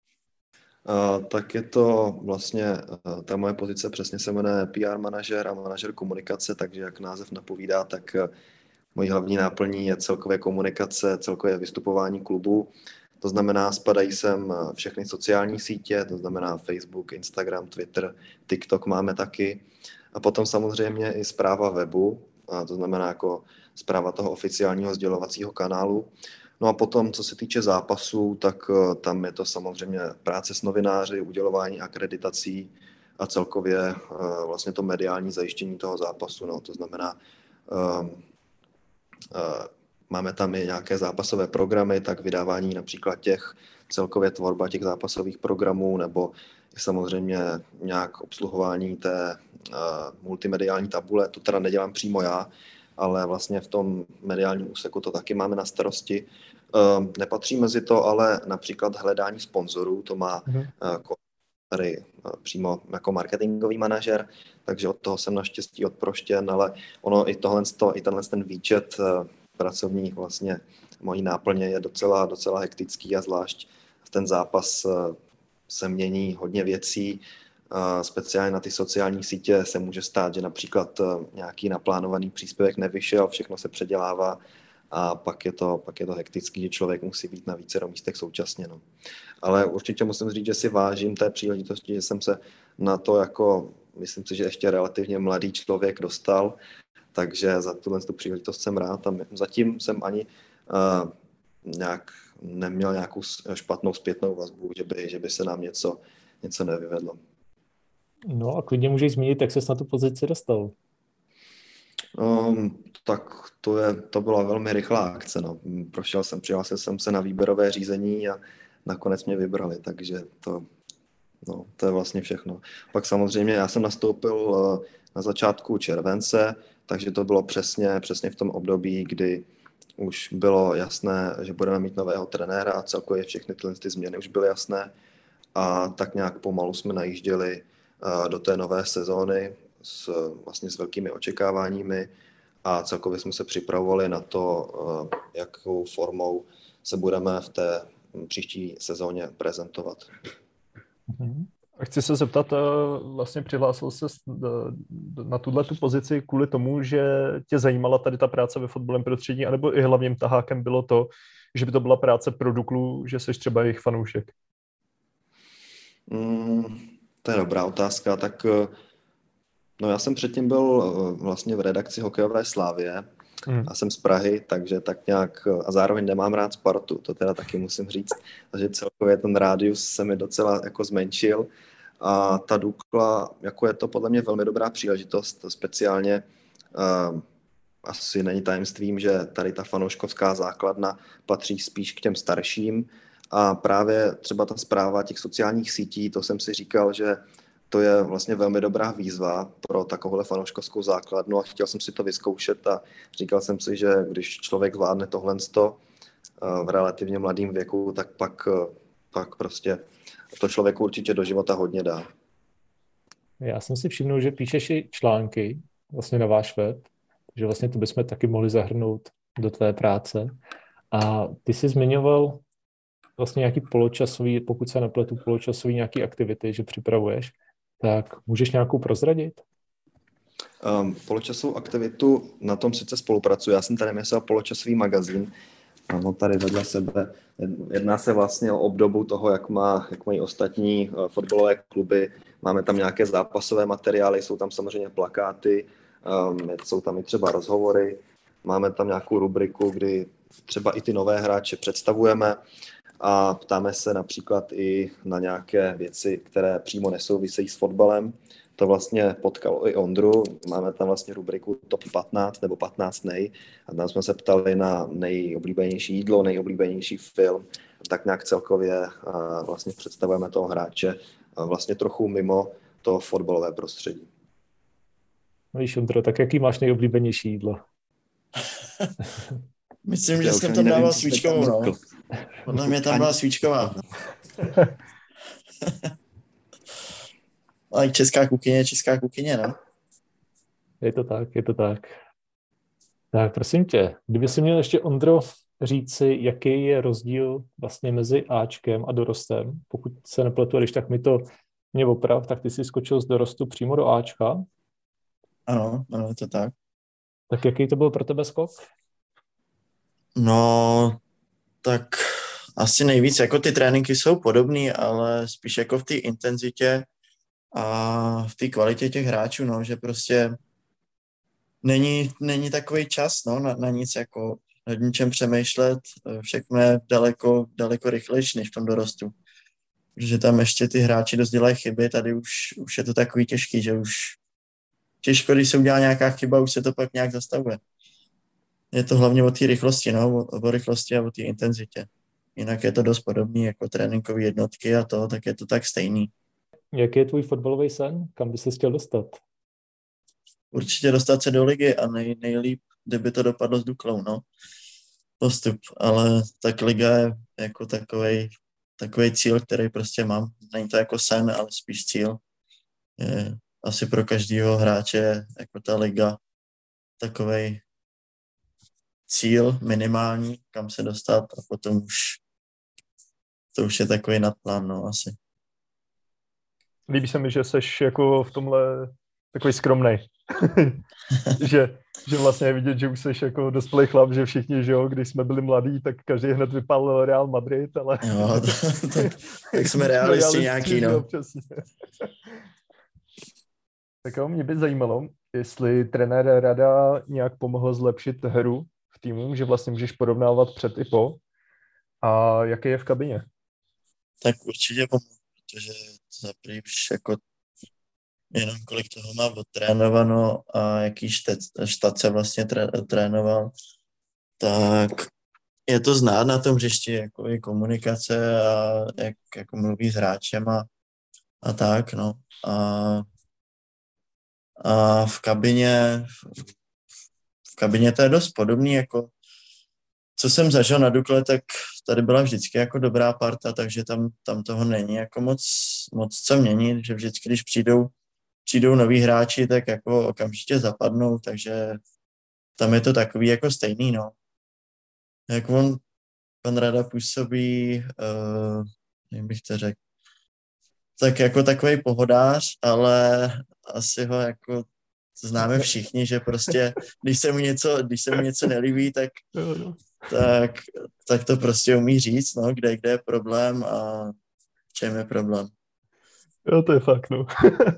Uh, tak je to vlastně, uh, ta moje pozice přesně se jmenuje P R manažer a manažer komunikace, takže jak název napovídá, tak uh, mojí hlavní náplní je celkové komunikace, celkové vystupování klubu. To znamená, spadají sem všechny sociální sítě, to znamená Facebook, Instagram, Twitter, TikTok máme taky. A potom samozřejmě i správa webu, a to znamená jako správa toho oficiálního sdělovacího kanálu. No a potom, co se týče zápasů, tak tam je to samozřejmě práce s novináři, udělování akreditací a celkově vlastně to mediální zajištění toho zápasu. No, to znamená, um, uh, máme tam i nějaké zápasové programy, tak vydávání například těch, celkově tvorba těch zápasových programů, nebo samozřejmě nějak obsluhování té uh, multimediální tabule. To teda nedělám přímo já, ale vlastně v tom mediálním úseku to taky máme na starosti. Uh, nepatří mezi to, ale například hledání sponzorů, to má uh, tady uh, přímo jako marketingový manažer, takže od toho jsem naštěstí odproštěn, ale ono i tohle, i tenhle ten výčet uh, pracovních vlastně mojí náplně je docela, docela hektický a zvlášť v ten zápas se mění hodně věcí. Speciálně na ty sociální sítě se může stát, že například nějaký naplánovaný příspěvek nevyšel, všechno se předělává a pak je to, pak je to hektický, že člověk musí být na vícero místech současně. No. Ale určitě musím říct, že si vážím té příležitosti, že jsem se na to jako, myslím si, že ještě relativně mladý člověk dostal, takže za tuhle tu příležitost jsem rád a zatím jsem ani uh, nějak neměl nějakou špatnou zpětnou vazbu, že by, že by se nám něco, něco nevyvedlo. No a klidně můžeš zmínit, jak ses na tu pozici dostal. Um, tak to, je, to byla velmi rychlá akce. No. Prošel jsem, přihlásil jsem se na výběrové řízení a nakonec mě vybrali, takže to, no, to je vlastně všechno. Pak samozřejmě já jsem nastoupil uh, na začátku července, takže to bylo přesně, přesně v tom období, kdy už bylo jasné, že budeme mít nového trenéra a celkově všechny tyhle ty změny už byly jasné a tak nějak pomalu jsme najížděli do té nové sezóny s, vlastně s velkými očekáváními a celkově jsme se připravovali na to, jakou formou se budeme v té příští sezóně prezentovat. A chci se zeptat, vlastně přihlásil se na tuhle tu pozici kvůli tomu, že tě zajímala tady ta práce ve fotbalovém prostředí, anebo i hlavním tahákem bylo to, že by to byla práce pro Duklu, že jsi třeba jejich fanoušek? Mm, to je dobrá otázka. Tak no já jsem předtím byl vlastně v redakci Hokejové Slavie. Hmm. Já jsem z Prahy, takže tak nějak, a zároveň nemám rád Spartu, to teda taky musím říct, takže celkově ten rádius se mi docela jako zmenšil a ta Dukla, jako je to podle mě velmi dobrá příležitost, speciálně uh, asi není tajemstvím, že tady ta fanouškovská základna patří spíš k těm starším a právě třeba ta správa těch sociálních sítí, to jsem si říkal, že to je vlastně velmi dobrá výzva pro takovouhle fanouškovskou základnu a chtěl jsem si to vyzkoušet a říkal jsem si, že když člověk zvládne tohle v relativně mladém věku, tak pak, pak prostě to člověku určitě do života hodně dá. Já jsem si všimnul, že píšeš i články vlastně na váš web, že vlastně to bychom taky mohli zahrnout do tvé práce. A ty jsi zmiňoval vlastně nějaký poločasový, pokud se nepletu, poločasový nějaký aktivity, že připravuješ. Tak můžeš nějakou prozradit? Um, poločasovou aktivitu, na tom sice spolupracuji. Já jsem tady myslel poločasový magazín. Mám tady vedle sebe. Jedná se vlastně o obdobu toho, jak, má, jak mají ostatní uh, fotbalové kluby. Máme tam nějaké zápasové materiály, jsou tam samozřejmě plakáty, um, jsou tam i třeba rozhovory. Máme tam nějakou rubriku, kdy třeba i ty nové hráče představujeme a ptáme se například i na nějaké věci, které přímo nesouvisejí s fotbalem. To vlastně potkalo i Ondru. Máme tam vlastně rubriku top patnáct nebo patnáct nej a tam jsme se ptali na nejoblíbenější jídlo, nejoblíbenější film. Tak nějak celkově vlastně představujeme toho hráče vlastně trochu mimo to fotbalové prostředí. No víš, Ondro, tak jaký máš nejoblíbenější jídlo? Myslím, že jsem tam dával svíčkovou, no. Podle mě tam byla svíčková. Ale česká kuchyně, česká kuchyně, no. Je to tak, je to tak. Tak prosím tě, kdyby si měl ještě, Ondro, říci, jaký je rozdíl vlastně mezi Ačkem a dorostem. Pokud se nepletu, když tak mi to mě oprav, tak ty jsi skočil z dorostu přímo do Ačka. Ano, ano, je to tak. Tak jaký to byl pro tebe skok? No, tak asi nejvíc, jako ty tréninky jsou podobný, ale spíš jako v té intenzitě a v té kvalitě těch hráčů, no, že prostě není, není takový čas, no, na, na nic jako nad ničem přemýšlet, všechno je daleko, daleko rychlejší než v tom dorostu. Protože tam ještě ty hráči dost dělají chyby, tady už, už je to takový těžký, že už těžko, když se udělá nějaká chyba, už se to pak nějak zastavuje. Je to hlavně o té rychlosti, no, o, o rychlosti a o té intenzitě. Jinak je to dost podobný jako tréninkové jednotky a to, tak je to tak stejný. Jaký je tvůj fotbalový sen? Kam by se chtěl dostat? Určitě dostat se do ligy a nej, nejlíp, kdyby to dopadlo s Duklou, no. Postup, ale tak liga je jako takovej, takovej cíl, který prostě mám. Není to jako sen, ale spíš cíl. Je asi pro každého hráče jako ta liga takovej cíl minimální, kam se dostat a potom už to už je takový nadplán, no asi. Líbí se mi, že seš jako v tomhle takový skromnej. že, že vlastně je vidět, že už seš jako dospělý chlap, že všichni, že jo, když jsme byli mladí, tak každý hned vypálil Real Madrid, ale... Jo, to, to, tak jsme realisti nějaký, no. Přesně. Tak jo, mě by zajímalo, jestli trenér Rada nějak pomohl zlepšit hru v týmu, že vlastně můžeš porovnávat před i po. A jaký je v kabině? Tak určitě pomohl, protože za prvý už jako jenom kolik toho má odtrénováno a jaký štec, štace vlastně tré, trénoval, tak je to znát na tom hřišti, jako je komunikace a jak jako mluví s hráčem a, a tak, no. A, a v kabině v kabině to je dost podobný, jako co jsem zažil na Dukle, tak tady byla vždycky jako dobrá parta, takže tam, tam toho není jako moc, moc co měnit, že vždycky, když přijdou, přijdou noví hráči, tak jako okamžitě zapadnou, takže tam je to takový jako stejný, no. Jak on, pan Rada působí, uh, jak bych to řekl, tak jako takový pohodář, ale asi ho jako známe všichni, že prostě, když se mu něco, když se mu něco nelíbí, tak, tak, tak to prostě umí říct, no, kde, kde je problém a v čem je problém. Jo, to je fakt, no.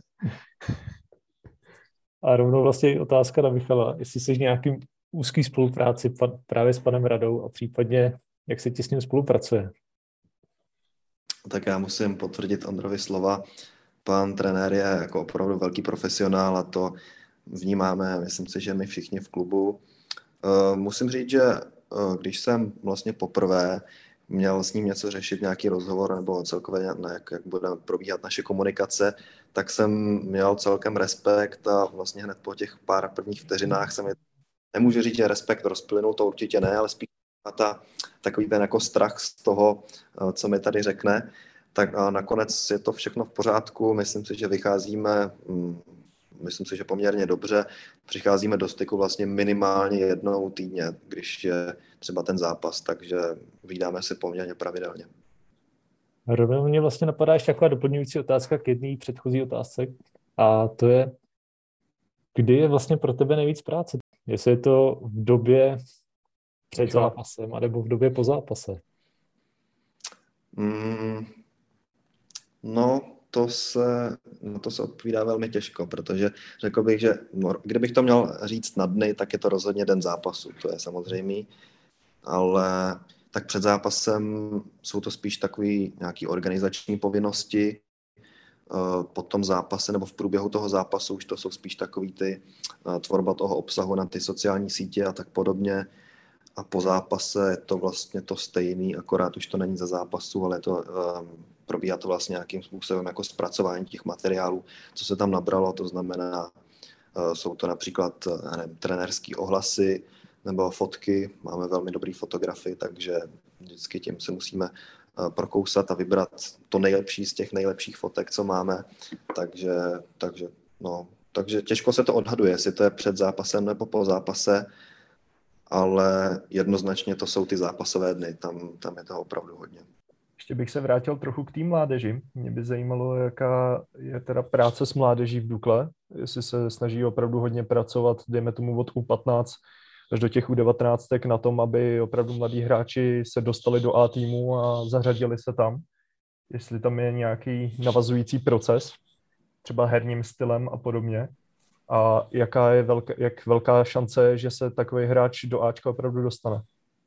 A rovnou vlastně otázka na Michala, jestli jsi v nějakým úzký spolupráci právě s panem Radou a případně jak se ti s ním spolupracuje? Tak já musím potvrdit Ondrovi slova. Pan trenér je jako opravdu velký profesionál a to vnímáme, myslím si, že my všichni v klubu. Musím říct, že když jsem vlastně poprvé měl s ním něco řešit, nějaký rozhovor nebo celkově jak, jak bude probíhat naše komunikace, tak jsem měl celkem respekt a vlastně hned po těch pár prvních vteřinách jsem, nemůžu říct, že respekt rozplynul, to určitě ne, ale spíš ta, takový ten jako strach z toho, co mi tady řekne, tak a nakonec je to všechno v pořádku, myslím si, že vycházíme, myslím si, že poměrně dobře, přicházíme do styku vlastně minimálně jednou týdně, když je třeba ten zápas, takže vídáme se poměrně pravidelně. Rovnou mě vlastně napadá ještě taková doplňující otázka k jedné předchozí otázce a to je, kdy je vlastně pro tebe nejvíc práce? Jestli je to v době před zápasem, anebo v době po zápase? Mm, no, to se, no to se odpovídá velmi těžko, protože řekl bych, že no, kdybych to měl říct na dny, tak je to rozhodně den zápasu, to je samozřejmé, ale tak před zápasem jsou to spíš takové nějaké organizační povinnosti, po tom zápase nebo v průběhu toho zápasu už to jsou spíš takový ty tvorba toho obsahu na ty sociální sítě a tak podobně. A po zápase je to vlastně to stejný, akorát už to není za zápasu, ale je to, um, probíhá to vlastně nějakým způsobem jako zpracování těch materiálů, co se tam nabralo, to znamená, uh, jsou to například nevím, trenérský ohlasy nebo fotky, máme velmi dobrý fotografy, takže vždycky tím se musíme uh, prokousat a vybrat to nejlepší z těch nejlepších fotek, co máme, takže, takže, no, takže těžko se to odhaduje, jestli to je před zápasem nebo po zápase, ale jednoznačně to jsou ty zápasové dny, tam, tam je toho opravdu hodně. Ještě bych se vrátil trochu k té mládeži. Mě by zajímalo, jaká je teda práce s mládeží v Dukle, jestli se snaží opravdu hodně pracovat, dejme tomu od U patnáct až do těch U devatenáct na tom, aby opravdu mladí hráči se dostali do A týmu a zařadili se tam. Jestli tam je nějaký navazující proces, třeba herním stylem a podobně. A jaká je velká, jak velká šance, že se takový hráč do Ačka opravdu dostane?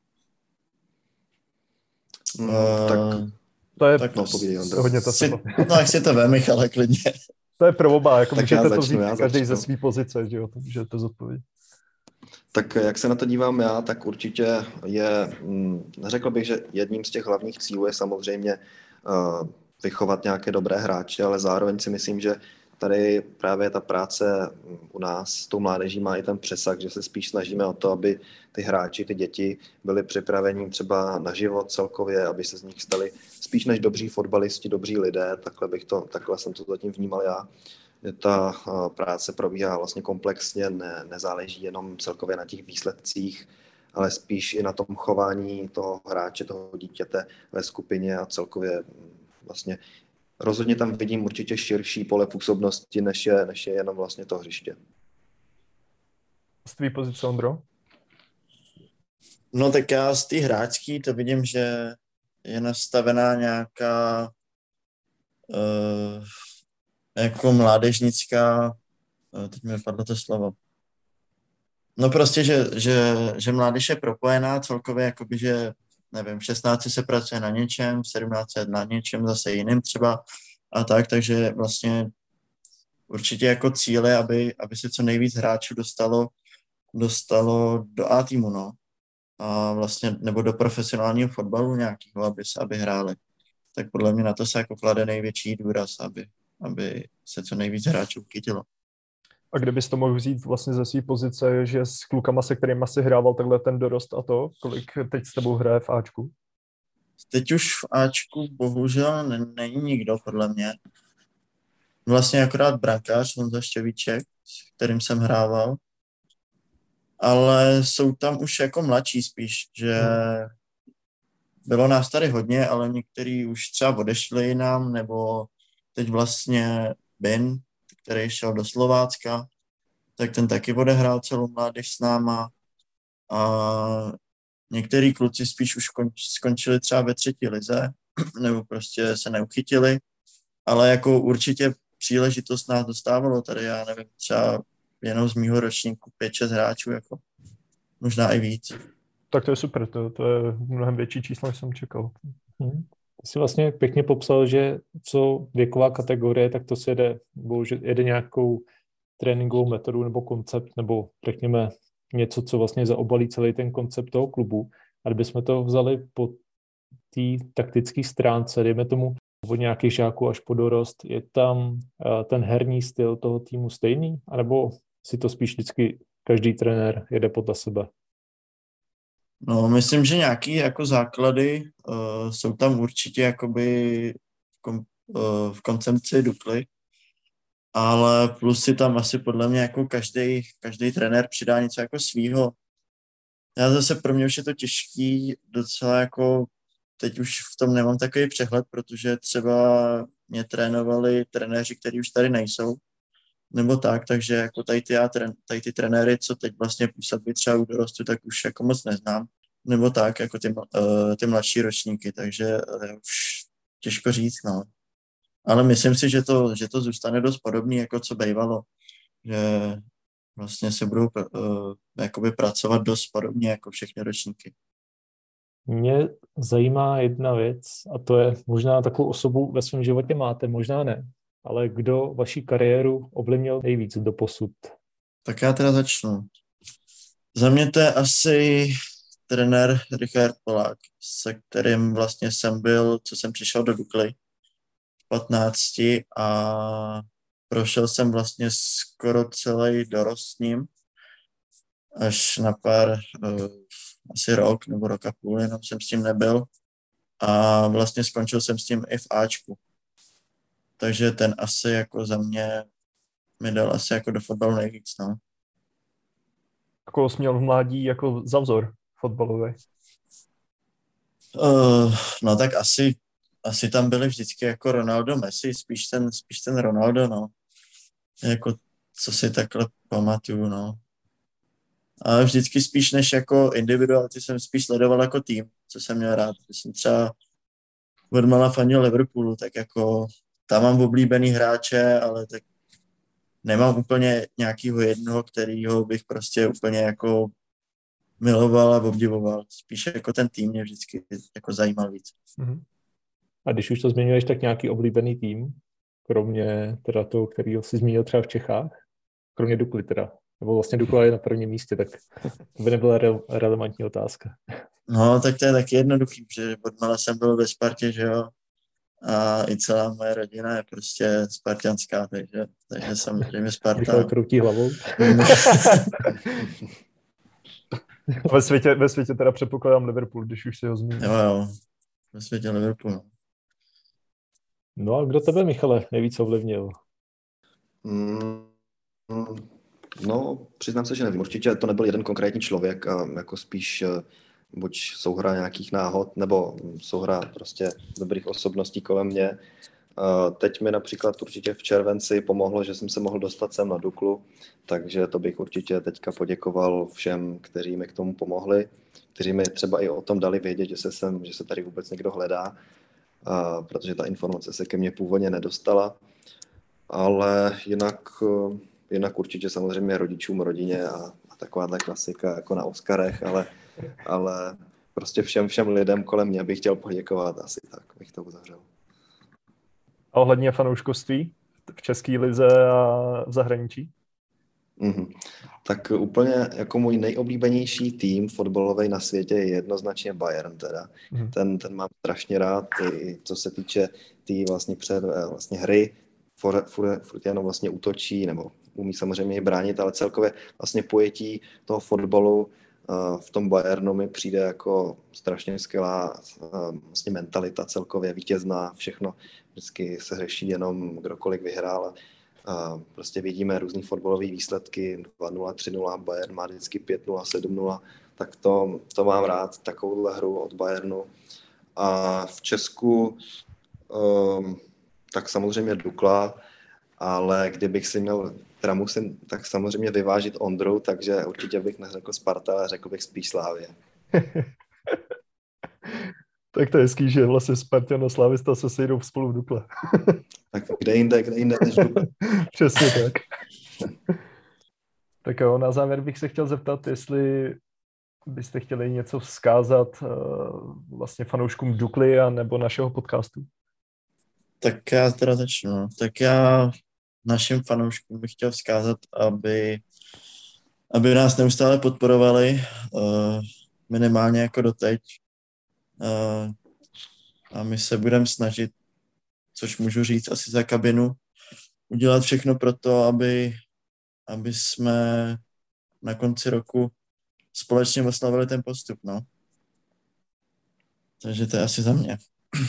Uh, tak to je tak no, povídej, hodně to si, no, jak si to vem, Michale, klidně. To je pro oba, jako tak můžete začnu, to vzít každý začnu. ze své pozice, že jo, to můžete zodpovědět. Tak jak se na to dívám já, tak určitě je, neřekl bych, že jedním z těch hlavních cílů je samozřejmě uh, vychovat nějaké dobré hráče, ale zároveň si myslím, že tady právě ta práce u nás s tou mládeží má i ten přesah, že se spíš snažíme o to, aby ty hráči, ty děti byli připraveni třeba na život celkově, aby se z nich stali spíš než dobří fotbalisti, dobří lidé, takhle, bych to, takhle jsem to zatím vnímal já. Ta práce probíhá vlastně komplexně, ne, nezáleží jenom celkově na těch výsledcích, ale spíš i na tom chování toho hráče, toho dítěte ve skupině a celkově vlastně rozhodně tam vidím určitě širší pole působnosti, než je, než je jenom vlastně to hřiště. Z tvý pozice, Ondro? No tak já z té hráčky to vidím, že je nastavená nějaká uh, jako mládežnická, uh, teď mi padlo to slovo. No prostě, že, že, že mládež je propojená celkově, jakoby, že nevím, v šestnácti se pracuje na něčem, v sedmnácti na něčem zase jiným třeba a tak, takže vlastně určitě jako cíl je, aby, aby se co nejvíc hráčů dostalo, dostalo do A týmu, no. A vlastně, nebo do profesionálního fotbalu nějakého, aby, se, aby hráli. Tak podle mě na to se jako klade největší důraz, aby, aby se co nejvíc hráčů chytilo. A kdybys to mohl vzít vlastně ze své pozice, že s klukama, se kterými si hrával takhle ten dorost a to, kolik teď s tebou hraje v Ačku? Teď už v Ačku bohužel není nikdo, podle mě. Vlastně akorát brankář, Honza Štěvíček, s kterým jsem hrával. Ale jsou tam už jako mladší spíš, že bylo nás tady hodně, ale některý už třeba odešli nám, nebo teď vlastně Ben, který šel do Slovácka, tak ten taky odehrál celou mládež s náma a některý kluci spíš už skončili třeba ve třetí lize, nebo prostě se neuchytili, ale jako určitě příležitost nás dostávalo tady, já nevím, třeba jenom z mýho ročníku pět šest hráčů, jako možná i víc. Tak to je super, to, to je mnohem větší číslo, než jsem čekal. Hmm. Ty jsi vlastně pěkně popsal, že co věková kategorie, tak to se jede, nebo že jede nějakou tréninkovou metodu nebo koncept, nebo řekněme něco, co vlastně zaobalí celý ten koncept toho klubu. A kdybychom to vzali po té taktické stránce, dejme tomu od nějakých žáků až po dorost, je tam uh, ten herní styl toho týmu stejný? Anebo si to spíš vždycky každý trenér jede podle sebe? No, myslím, že nějaký jako základy uh, jsou tam určitě jakoby kom, uh, v koncepci Dukly, ale plus si tam asi podle mě jako každý každý trenér přidá něco jako svýho. Já zase pro mě už je to těžký, docela jako teď už v tom nemám takový přehled, protože třeba mě trénovali trenéři, kteří už tady nejsou, nebo tak, takže jako tady ty, já, tady ty trenéry, co teď vlastně působí třeba u dorostu, tak už jako moc neznám, nebo tak, jako ty, uh, ty mladší ročníky, takže uh, už těžko říct, no. Ale myslím si, že to, že to zůstane dost podobný, jako co bývalo, že vlastně se budou uh, jakoby pracovat dost podobně jako všechny ročníky. Mě zajímá jedna věc a to je, možná takovou osobu ve svém životě máte, možná ne, ale kdo vaši kariéru ovlivnil nejvíc doposud? Tak já teda začnu. Za mě to je asi trenér Richard Polák, se kterým vlastně jsem byl, co jsem přišel do Dukly v patnácti a prošel jsem vlastně skoro celý dorost s ním, až na pár, uh, asi rok nebo rok a půl, jenom jsem s tím nebyl a vlastně skončil jsem s tím i v Ačku. Takže ten asi jako za mě mi dal asi jako do fotbalu nejvíc, no. Koho jsi měl v mládí jako za vzor fotbalový? Uh, no tak asi, asi tam byli vždycky jako Ronaldo, Messi, spíš ten, spíš ten Ronaldo, no. Jako, co si takhle pamatuju, no. A vždycky spíš než jako individuálně jsem spíš sledoval jako tým, co jsem měl rád. Když jsem třeba odmala fandil Liverpoolu, tak jako tam mám oblíbený hráče, ale tak nemám úplně nějakýho jednoho, kterýho bych prostě úplně jako miloval a obdivoval. Spíš jako ten tým mě vždycky jako zajímal víc. Mm-hmm. A když už to zmiňuješ, tak nějaký oblíbený tým, kromě teda toho, kterýho jsi zmínil třeba v Čechách, kromě Dukly teda, nebo vlastně Dukla je na prvním místě, tak to by nebyla re- relevantní otázka. No, tak to je taky jednoduchý, protože odmala jsem byl ve Spartě, že jo, a i celá moje rodina je prostě spartianská, takže, takže samozřejmě Sparta. Michal kroutí hlavou. ve, světě, ve světě teda předpokládám Liverpool, když už si ho zmínil. Jo, jo, ve světě Liverpool. No a kdo tebe, Michale, nejvíc ovlivnil? Mm, no, přiznám se, že nevím. Určitě to nebyl jeden konkrétní člověk, a jako spíš buď souhra nějakých náhod, nebo souhra prostě dobrých osobností kolem mě. Teď mi například určitě v červenci pomohlo, že jsem se mohl dostat sem na Duklu, takže to bych určitě teďka poděkoval všem, kteří mi k tomu pomohli, kteří mi třeba i o tom dali vědět, že se, sem, že se tady vůbec někdo hledá, protože ta informace se ke mně původně nedostala. Ale jinak, jinak určitě samozřejmě rodičům, rodině a, a takováhle klasika jako na Oscarech, ale, ale prostě všem, všem lidem kolem mě bych chtěl poděkovat, asi tak bych to uzavřel. A ohledně fanouškovství v české lize a v zahraničí? Mm-hmm. Tak úplně jako můj nejoblíbenější tým fotbalový na světě je jednoznačně Bayern teda. Mm-hmm. Ten, ten mám strašně rád, i co se týče té tý vlastně, před, vlastně hry, furt, furt, furt jenom vlastně útočí, nebo umí samozřejmě i bránit, ale celkově vlastně pojetí toho fotbalu uh, v tom Bayernu mi přijde jako strašně skvělá uh, vlastně mentalita celkově, vítězná, všechno. Vždycky se řeší jenom kdokoliv vyhrál. A prostě vidíme různý fotbalové výsledky, dva nula, tři nula, Bayern má vždycky pět nula, sedm nula, tak to, to mám rád, takovouhle hru od Bayernu. A v Česku um, tak samozřejmě Dukla, ale kdybych si měl, teda musím tak samozřejmě vyvážit Ondru, takže určitě bych neřekl Sparta, ale řekl bych spíš Slávě. Tak to je hezký, že vlastně Spartan a Slávista se sejdou spolu v Dukle. Tak kde jinde, kde jinde než Dukla. Přesně tak. Tak jo, na závěr bych se chtěl zeptat, jestli byste chtěli něco vzkázat uh, vlastně fanouškům Dukly a nebo našeho podcastu. Tak já teda začnu. Tak já našim fanouškům bych chtěl vzkázat, aby, aby nás neustále podporovali, uh, minimálně jako doteď. Uh, a my se budeme snažit, což můžu říct asi za kabinu, udělat všechno pro to, aby, aby jsme na konci roku společně oslavili ten postup, no. Takže to je asi za mě.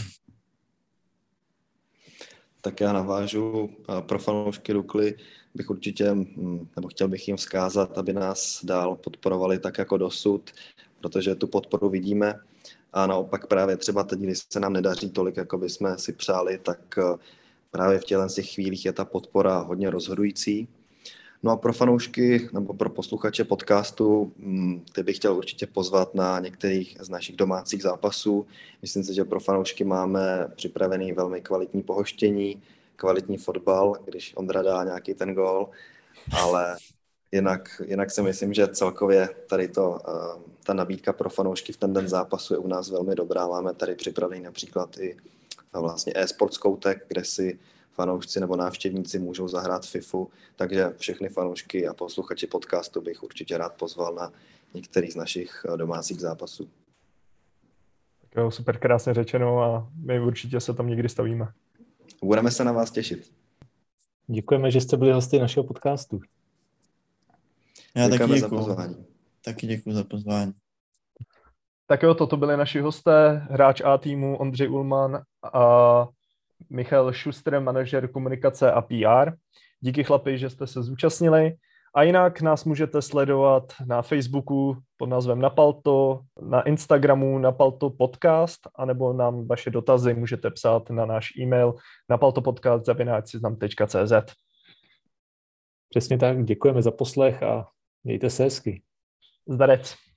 Tak já navážu. Pro fanoušky Dukly bych určitě, nebo chtěl bych jim vzkázat, aby nás dál podporovali tak jako dosud, protože tu podporu vidíme a naopak právě třeba teď, když se nám nedaří tolik, jako by jsme si přáli, tak právě v těchto těch chvílích je ta podpora hodně rozhodující. No a pro fanoušky nebo pro posluchače podcastu, ty bych chtěl určitě pozvat na některých z našich domácích zápasů. Myslím si, že pro fanoušky máme připravený velmi kvalitní pohoštění, kvalitní fotbal, když Ondra dá nějaký ten gól, ale jinak, jinak si myslím, že celkově tady to, ta nabídka pro fanoušky v ten den zápasu je u nás velmi dobrá. Máme tady připravený například i vlastně e-sports koutek, kde si fanoušci nebo návštěvníci můžou zahrát FIFU, takže všechny fanoušky a posluchači podcastu bych určitě rád pozval na některý z našich domácích zápasů. Tak jo, super krásně řečeno a my určitě se tam někdy stavíme. Budeme se na vás těšit. Děkujeme, že jste byli hosty našeho podcastu. Já Děkujeme taky za děkuju. pozvání. Taky děkuju za pozvání. Tak jo, toto byli naši hosté, hráč A týmu Ondřej Ullman a Michal Schuster, manažer komunikace a P R. Díky chlapi, že jste se zúčastnili. A jinak nás můžete sledovat na Facebooku pod názvem Napalto, na Instagramu Napalto podcast, anebo nám vaše dotazy můžete psát na náš e-mail napaltopodcast zavináč seznam tečka cé zet. Přesně tak, děkujeme za poslech a mějte se hezky. Zdarec.